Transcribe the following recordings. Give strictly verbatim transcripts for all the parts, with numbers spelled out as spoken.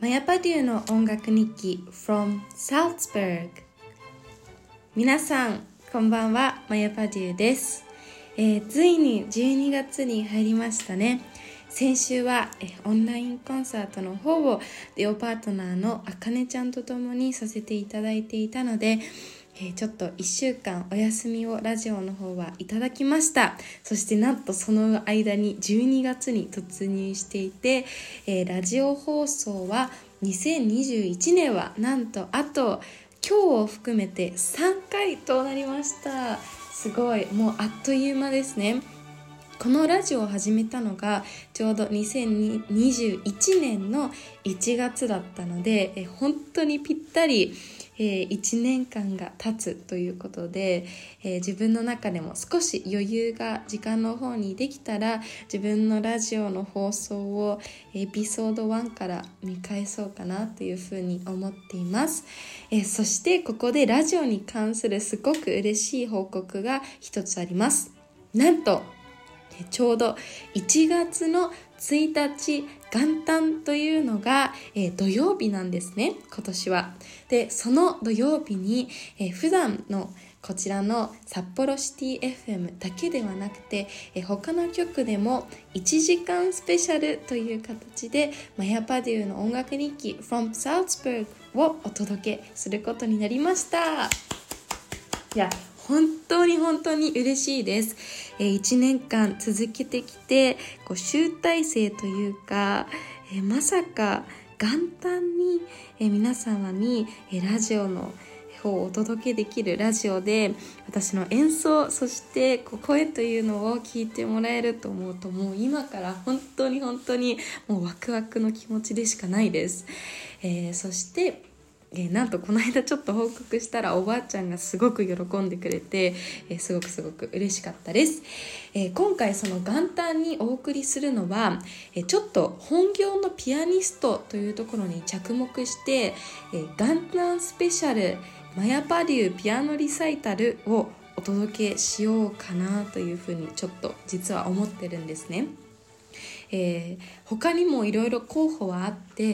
マヤパデューの音楽日記 from Salzburg。 皆さんこんばんは、マヤパデューです。えー、ついにじゅうにがつに入りましたね。先週はえオンラインコンサートの方をデオパートナーのあかねちゃんと共にさせていただいていたので、えー、ちょっといっしゅうかんお休みをラジオの方はいただきました。そしてなんとその間にじゅうにがつに突入していて、えー、ラジオ放送はにせんにじゅういちねんはなんとあと今日を含めてさんかいとなりました。すごい、もうあっという間ですね。このラジオを始めたのがちょうどにせんにじゅういちねんのいちがつだったので、え本当にぴったり、えー、いちねんかんが経つということで、えー、自分の中でも少し余裕が時間の方にできたら自分のラジオの放送をエピソードいちから見返そうかなというふうに思っています。えー、そしてここでラジオに関するすごく嬉しい報告が一つあります。なんとちょうどいちがつのついたち元旦というのが、えー、土曜日なんですね、今年は。でその土曜日に、えー、普段のこちらの札幌シティ エフエム だけではなくて、えー、他の局でもいちじかんスペシャルという形でマヤパデューの音楽日記 from Salzburg をお届けすることになりました。いや本当に本当に嬉しいです。えー、いちねんかん続けてきてこう集大成というか、えー、まさか元旦に、えー、皆様に、えー、ラジオの方をお届けできるラジオで私の演奏そしてこう声というのを聞いてもらえると思うと、もう今から本当に本当にもうワクワクの気持ちでしかないです。えー、そしてえー、なんとこの間ちょっと報告したらおばあちゃんがすごく喜んでくれて、えー、すごくすごく嬉しかったです。えー、今回その元旦にお送りするのは、えー、ちょっと本業のピアニストというところに着目して、えー、元旦スペシャルマヤパデューピアノリサイタルをお届けしようかなというふうにちょっと実は思ってるんですね。えー、他にもいろいろ候補はあって、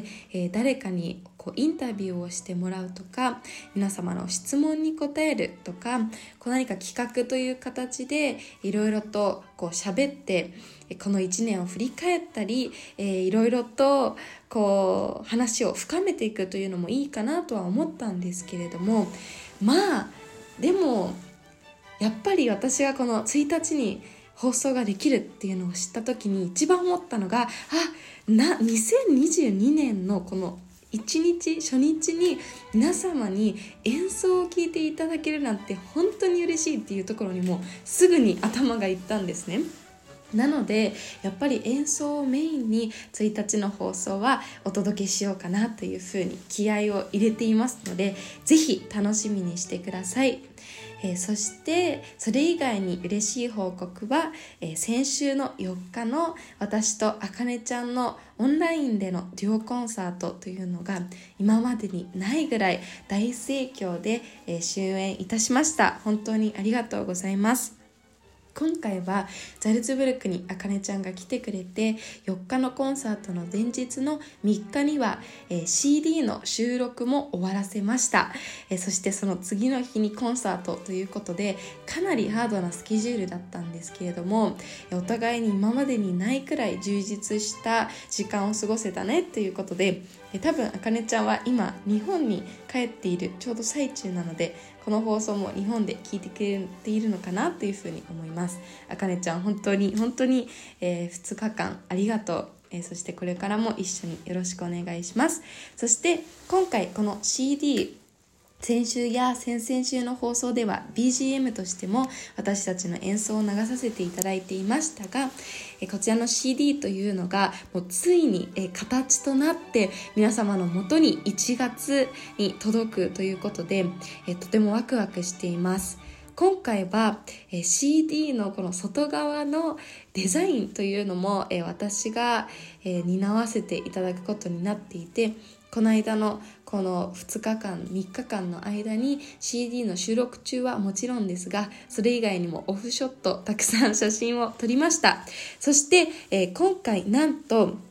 えー、誰かにこうインタビューをしてもらうとか皆様の質問に答えるとかこう何か企画という形でいろいろとこう喋ってこのいちねんを振り返ったり、えー、いろいろとこう話を深めていくというのもいいかなとは思ったんですけれども、まあでもやっぱり私がこのついたちに放送ができるっていうのを知った時に一番思ったのが、あなにせんにじゅうにねんのこのいちにち初日に皆様に演奏を聴いていただけるなんて本当に嬉しいっていうところにもすぐに頭がいったんですね。なのでやっぱり演奏をメインについたちの放送はお届けしようかなというふうに気合を入れていますので、ぜひ楽しみにしてください。えー、そしてそれ以外に嬉しい報告は、えー、先週のよっかの私とあかねちゃんのオンラインでのデュオコンサートというのが今までにないぐらい大盛況で、えー、終演いたしました。本当にありがとうございます。今回はザルツブルクにあかねちゃんが来てくれて、よっかのコンサートの前日のみっかには、えー、シーディー の収録も終わらせました。えー、そしてその次の日にコンサートということでかなりハードなスケジュールだったんですけれども、お互いに今までにないくらい充実した時間を過ごせたねということで、えー、多分あかねちゃんは今日本に帰っているちょうど最中なので、この放送も日本で聞いてくれているのかなというふうに思います。あかねちゃん本当に本当に、えー、ふつかかんありがとう、えー、そしてこれからも一緒によろしくお願いします。そして今回この シーディー先週や先々週の放送では ビージーエム としても私たちの演奏を流させていただいていましたが、こちらの シーディー というのがもうついに形となって皆様のもとにいちがつに届くということで、とてもワクワクしています。今回は シーディー のこの外側のデザインというのも私が担わせていただくことになっていて、この間のこのふつかかんみっかかんの間に シーディー の収録中はもちろんですが、それ以外にもオフショットたくさん写真を撮りました。そして、えー、今回なんと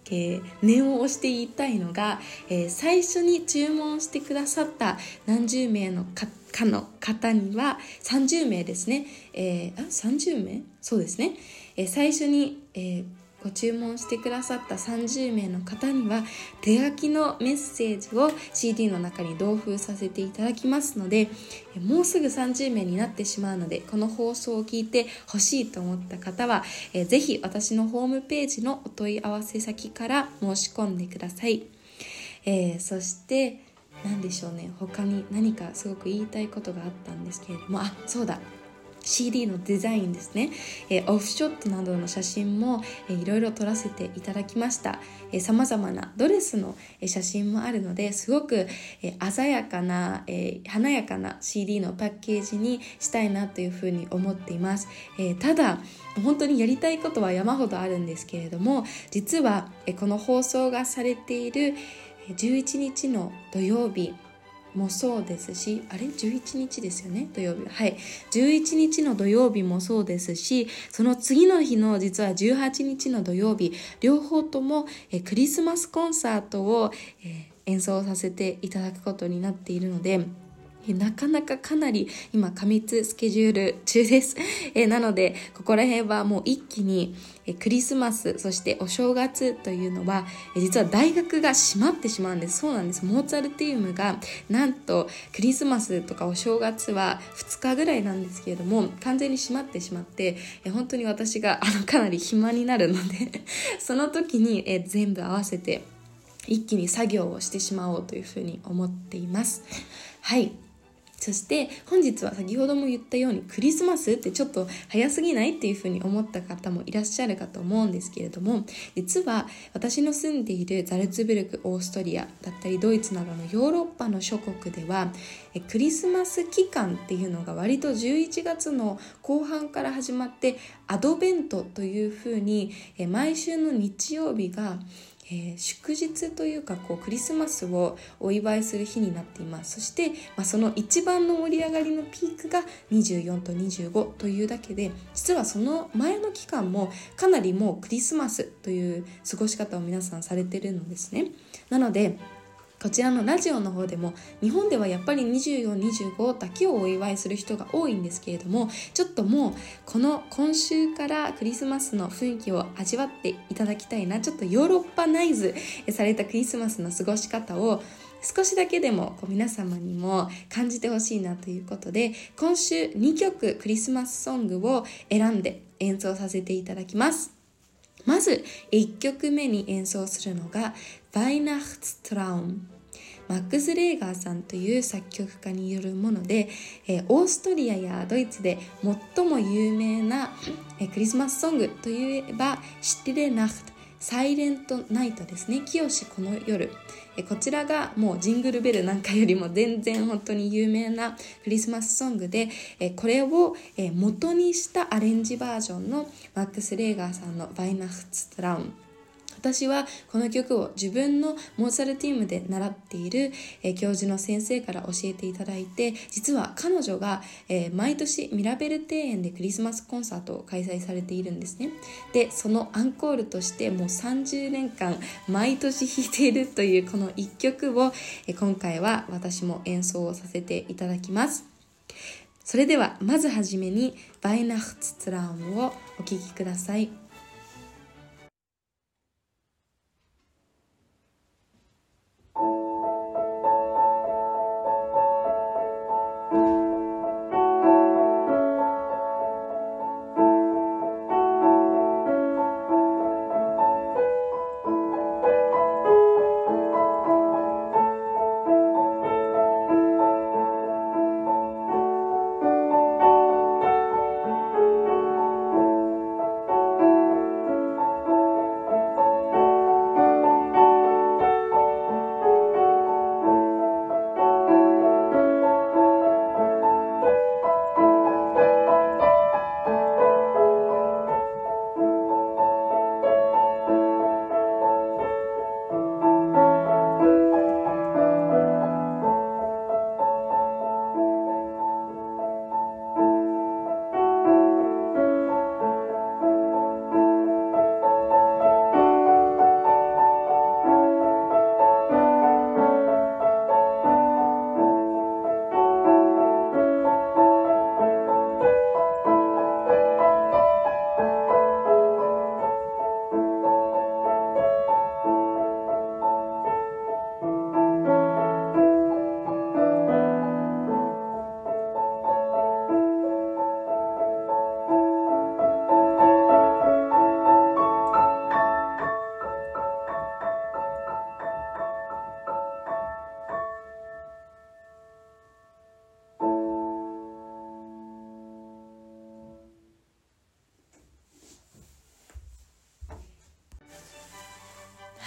えー、念を押して言いたいのが、えー、最初に注文してくださった何十名のかかの方にはさんじゅうめいですね、えー、あさんじゅうめいそうですね、えー、最初に、えーご注文してくださったさんじゅうめいの方には手書きのメッセージを シーディー の中に同封させていただきますので、もうすぐさんじゅうめいになってしまうので、この放送を聞いてほしいと思った方は、えー、ぜひ私のホームページのお問い合わせ先から申し込んでください。えー、そして何でしょうね、他に何かすごく言いたいことがあったんですけれども、あ、そうだ、シーディー のデザインですね、えー、オフショットなどの写真も、えー、いろいろ撮らせていただきました。さまざまなドレスの写真もあるので、すごく、えー、鮮やかな、えー、華やかな シーディー のパッケージにしたいなというふうに思っています。えー、ただ本当にやりたいことは山ほどあるんですけれども、実は、えー、この放送がされているじゅういちにちの土曜日もそうですし、あれじゅういちにちですよね、土曜日、はいじゅういちにちの土曜日もそうですし、その次の日の実はじゅうはちにちの土曜日、両方ともえクリスマスコンサートを、えー、演奏させていただくことになっているので、なかなかかなり今過密スケジュール中です。えなのでここら辺はもう一気にえクリスマス、そしてお正月というのはえ実は大学が閉まってしまうんです。そうなんです。モーツァルティウムがなんとクリスマスとかお正月はふつかぐらいなんですけれども、完全に閉まってしまって、え本当に私があのかなり暇になるのでその時にえ全部合わせて一気に作業をしてしまおうというふうに思っています。はい、そして本日は先ほども言ったようにクリスマスってちょっと早すぎないっていうふうに思った方もいらっしゃるかと思うんですけれども、実は私の住んでいるザルツブルク、オーストリアだったりドイツなどのヨーロッパの諸国ではクリスマス期間っていうのが割とじゅういちがつの後半から始まって、アドベントというふうに毎週の日曜日がえー、祝日というかこうクリスマスをお祝いする日になっています。そして、まあ、その一番の盛り上がりのピークがにじゅうよんとにじゅうごというだけで、実はその前の期間もかなりもうクリスマスという過ごし方を皆さんされているのですね。なのでこちらのラジオの方でも日本ではやっぱりにじゅうよん、にじゅうごだけをお祝いする人が多いんですけれども、ちょっともうこの今週からクリスマスの雰囲気を味わっていただきたいな、ちょっとヨーロッパナイズされたクリスマスの過ごし方を少しだけでもこう皆様にも感じてほしいなということで、今週にきょくクリスマスソングを選んで演奏させていただきます。まずいっきょくめに演奏するのがバイナッツトラウム、マックス・レーガーさんという作曲家によるもので、えー、オーストリアやドイツで最も有名な、えー、クリスマスソングといえばシティレナフト、サイレントナイトですね、清この夜。えこちらがもうジングルベルなんかよりも全然本当に有名なクリスマスソングで、えこれをえ元にしたアレンジバージョンのマックス・レーガーさんのバイナッツトラウン。私はこの曲を自分のモーツァルティウムで習っている、えー、教授の先生から教えていただいて、実は彼女が、えー、毎年ミラベル庭園でクリスマスコンサートを開催されているんですね。でそのアンコールとしてもうさんじゅうねんかん毎年弾いているというこのいっきょくを、えー、今回は私も演奏をさせていただきます。それではまずはじめにバイナッツトラウムをお聴きください。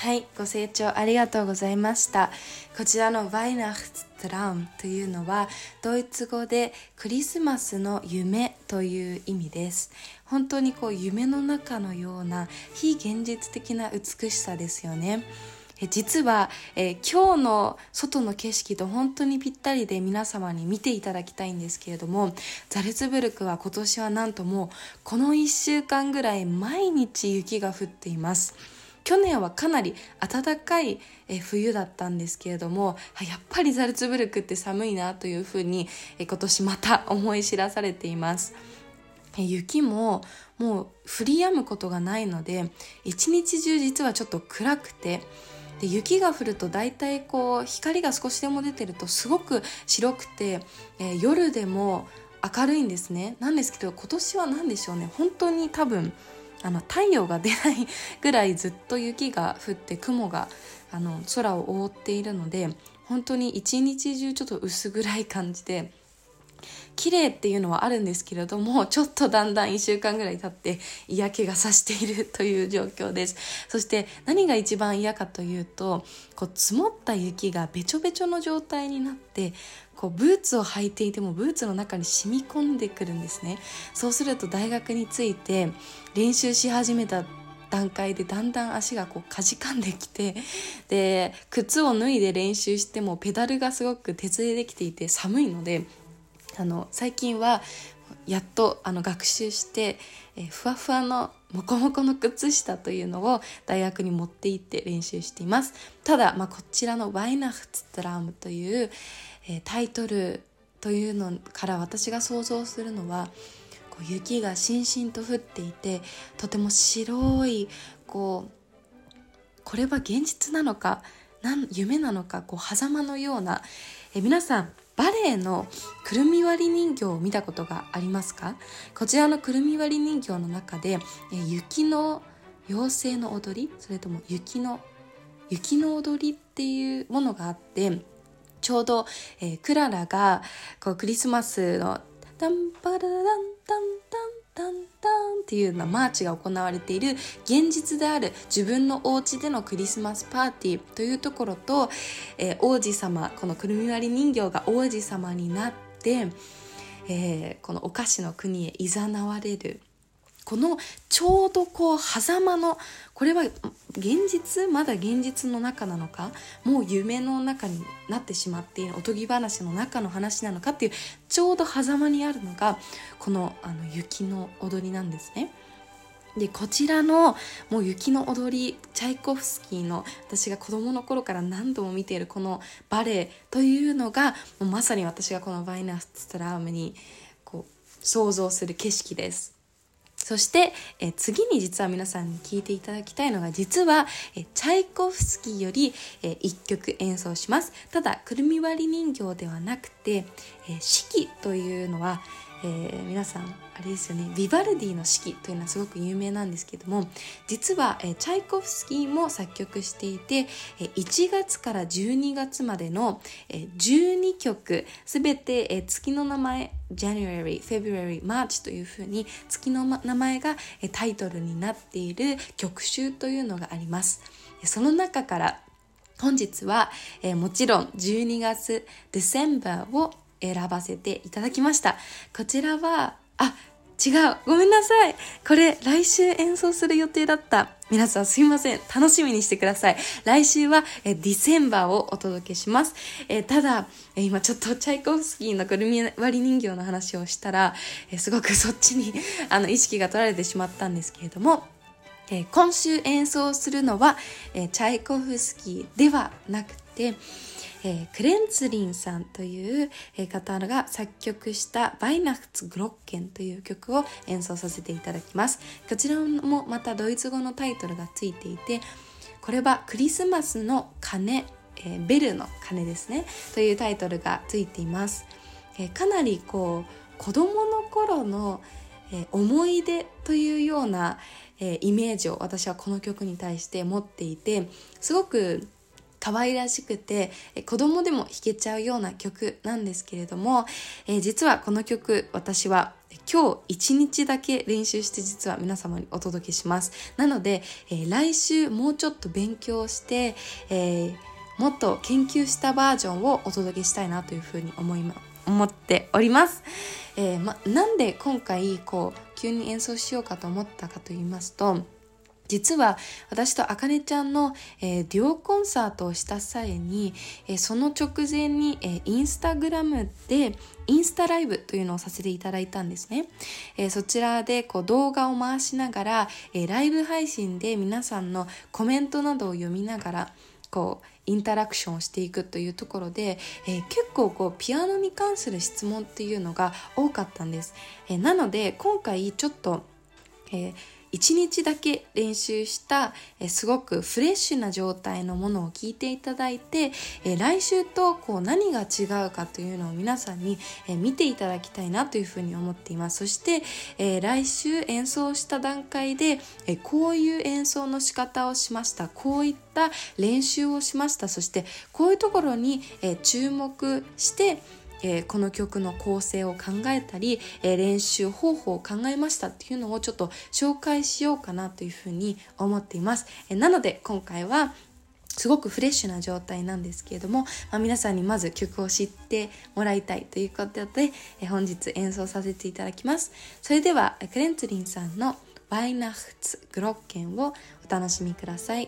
はい、ご清聴ありがとうございました。こちらの Weihnachtstraum というのはドイツ語でクリスマスの夢という意味です。本当にこう夢の中のような非現実的な美しさですよね。え実は、えー、今日の外の景色と本当にぴったりで皆様に見ていただきたいんですけれども、ザルツブルクは今年はなんともうこのいっしゅうかんぐらい毎日雪が降っています。去年はかなり暖かい冬だったんですけれども、やっぱりザルツブルクって寒いなというふうに今年また思い知らされています。雪ももう降り止むことがないので、一日中実はちょっと暗くて、で雪が降ると大体こう光が少しでも出てるとすごく白くて、えー、夜でも明るいんですね。なんですけど今年は何でしょうね、本当に多分あの太陽が出ないぐらいずっと雪が降って雲があの空を覆っているので、本当に一日中ちょっと薄暗い感じで、綺麗っていうのはあるんですけれども、ちょっとだんだんいっしゅうかんぐらい経って嫌気がさしているという状況です。そして何が一番嫌かというと、こう積もった雪がべちょべちょの状態になって、こうブーツを履いていてもブーツの中に染み込んでくるんですね。そうすると大学に着いて練習し始めた段階でだんだん足がこうかじかんできて、で靴を脱いで練習してもペダルがすごく鉄でできていて寒いので、あの最近はやっとあの学習して、えふわふわのモコモコの靴下というのを大学に持って行って練習しています。ただ、まあ、こちらのワイナフツトラムという、えー、タイトルというのから私が想像するのは、こう雪がしんしんと降っていて、とても白いこうこれは現実なのかなん夢なのか、こう狭間のような、え皆さんバレエのくるみ割り人形を見たことがありますか？こちらのくるみ割り人形の中で、え雪の妖精の踊り、それとも雪の雪の踊りっていうものがあって、ちょうど、えー、クララがこうクリスマスのタンパラランタンタンタンタンっていうようなマーチが行われている現実である自分のお家でのクリスマスパーティーというところと、えー、王子様、このくるみ割り人形が王子様になって、えー、このお菓子の国へ誘われる、このちょうどこう狭間の、これは現実まだ現実の中なのか、もう夢の中になってしまっているおとぎ話の中の話なのかっていう、ちょうど狭間にあるのがこの、あの雪の踊りなんですね。でこちらのもう雪の踊り、チャイコフスキーの私が子供の頃から何度も見ているこのバレエというのが、もうまさに私がこのバイナストラウムにこう想像する景色です。そして、え次に実は皆さんに聴いていただきたいのが、実はえチャイコフスキーよりえいっきょく演奏します。ただくるみ割り人形ではなくて、え四季というのは、えー、皆さんあれですよね、ヴィヴァルディの四季というのはすごく有名なんですけども、実は、えー、チャイコフスキーも作曲していて、えー、いちがつからじゅうにがつまでの、えー、じゅうにきょくすべて、えー、月の名前 January, February, March というふうに月の名前が、えー、タイトルになっている曲集というのがあります。その中から本日は、えー、もちろんじゅうにがつ December を選ばせていただきました。こちらはあ違うごめんなさい、これ来週演奏する予定だった。皆さんすいません、楽しみにしてください。来週はえディセンバーをお届けします。えただえ今ちょっとチャイコフスキーのくるみ割り人形の話をしたらえすごくそっちにあの意識が取られてしまったんですけれども、えー、今週演奏するのは、えー、チャイコフスキーではなくて、えー、クレンツリンさんという、えー、方が作曲したバイナフツグロッケンという曲を演奏させていただきます。こちらもまたドイツ語のタイトルがついていて、これはクリスマスの鐘、えー、ベルの鐘ですねというタイトルがついています。えー、かなりこう子供の頃の、えー、思い出というような、えー、イメージを私はこの曲に対して持っていて、すごく可愛らしくて子供でも弾けちゃうような曲なんですけれども、えー、実はこの曲私は今日一日だけ練習して実は皆様にお届けします。なので、えー、来週もうちょっと勉強して、えー、もっと研究したバージョンをお届けしたいなというふうに思います思っております。えーま、なんで今回こう急に演奏しようかと思ったかと言いますと、実は私とあかねちゃんの、えー、デュオコンサートをした際に、えー、その直前に、えー、インスタグラムでインスタライブというのをさせていただいたんですね。えー、そちらでこう動画を回しながら、えー、ライブ配信で皆さんのコメントなどを読みながらこうインタラクションをしていくというところで、えー、結構こうピアノに関する質問っていうのが多かったんです。えー、なので今回ちょっと、えーいちにちだけ練習したえすごくフレッシュな状態のものを聞いていただいて、え来週とこう何が違うかというのを皆さんにえ見ていただきたいなというふうに思っています。そして、え来週演奏した段階でえこういう演奏の仕方をしました、こういった練習をしました、そしてこういうところにえ注目してえー、この曲の構成を考えたり、えー、練習方法を考えましたっていうのをちょっと紹介しようかなというふうに思っています。えー、なので今回はすごくフレッシュな状態なんですけれども、まあ、皆さんにまず曲を知ってもらいたいということで、えー、本日演奏させていただきます。それではクレンツリンさんのバイナフツグロッケンをお楽しみください。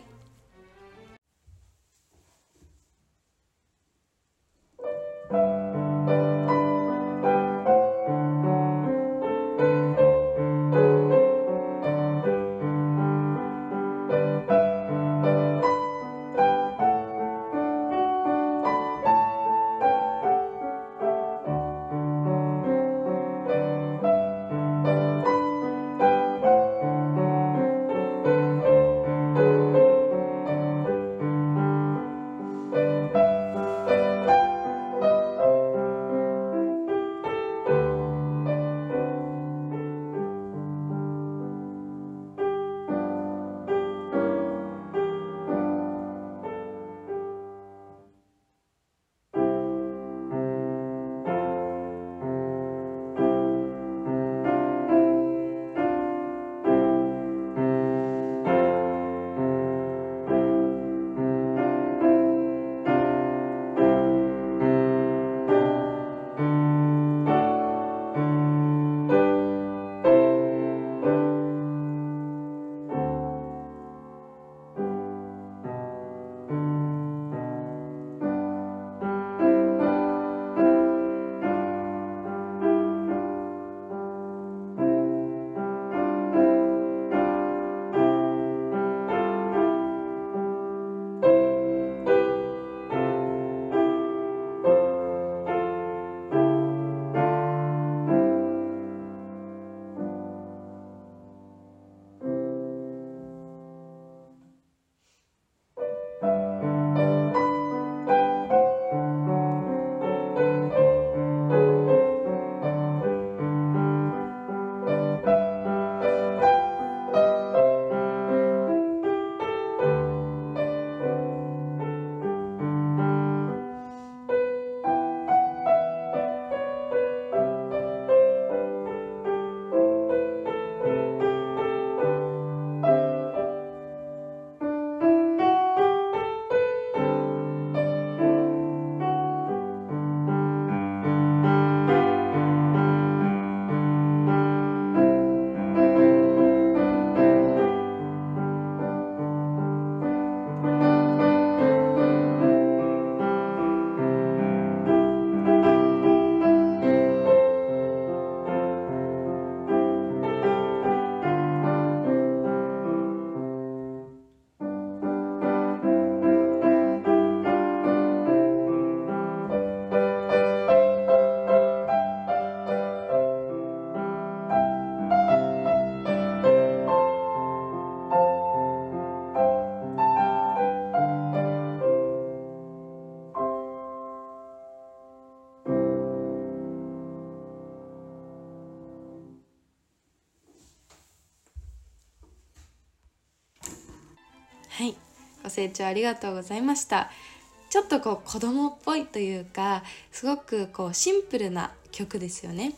はい、ご清聴ありがとうございました。ちょっとこう子供っぽいというか、すごくこうシンプルな曲ですよね。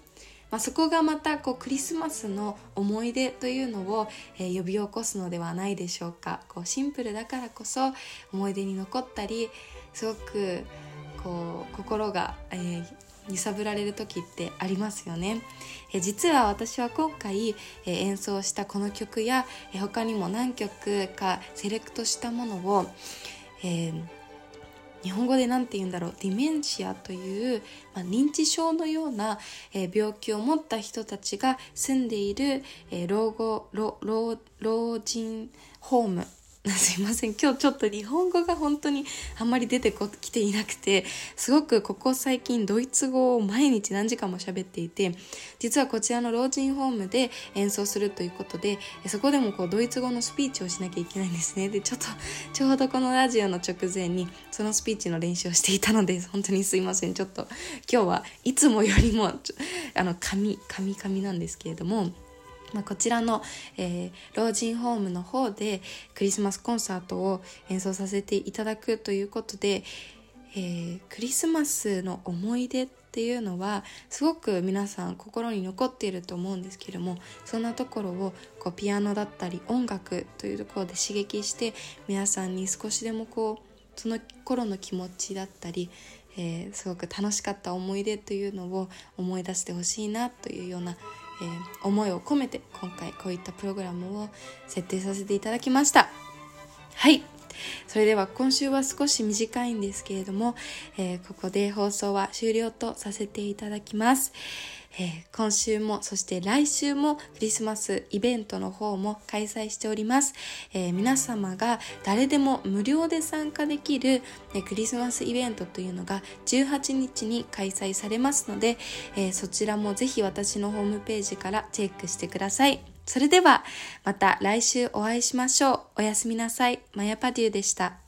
まあ、そこがまたこうクリスマスの思い出というのを、えー、呼び起こすのではないでしょうか。こうシンプルだからこそ思い出に残ったり、すごくこう心が、えー、揺さぶられる時ってありますよね。えー、実は私は今回、えー、演奏したこの曲や、えー、他にも何曲かセレクトしたものを、えー日本語で何て言うんだろう、ディメンシアという、まあ、認知症のような、えー、病気を持った人たちが住んでいる、えー、老後老老老人ホームすいません、今日ちょっと日本語が本当にあんまり出てきていなくて、すごくここ最近ドイツ語を毎日何時間も喋っていて、実はこちらの老人ホームで演奏するということで、そこでもこうドイツ語のスピーチをしなきゃいけないんですね。でちょっとちょうどこのラジオの直前にそのスピーチの練習をしていたので、本当にすいません。ちょっと今日はいつもよりもあの神神神なんですけれども、まあ、こちらの、えー、老人ホームの方でクリスマスコンサートを演奏させていただくということで、えー、クリスマスの思い出っていうのはすごく皆さん心に残っていると思うんですけれども、そんなところをこうピアノだったり音楽というところで刺激して皆さんに少しでもこうその頃の気持ちだったり、えー、すごく楽しかった思い出というのを思い出してほしいなというようなえー、思いを込めて今回こういったプログラムを設定させていただきました。はい、それでは今週は少し短いんですけれども、えー、ここで放送は終了とさせていただきます。えー、今週もそして来週もクリスマスイベントの方も開催しております。えー、皆様が誰でも無料で参加できる、えー、クリスマスイベントというのがじゅうはちにちに開催されますので、えー、そちらもぜひ私のホームページからチェックしてください。それではまた来週お会いしましょう。おやすみなさい。マヤパデューでした。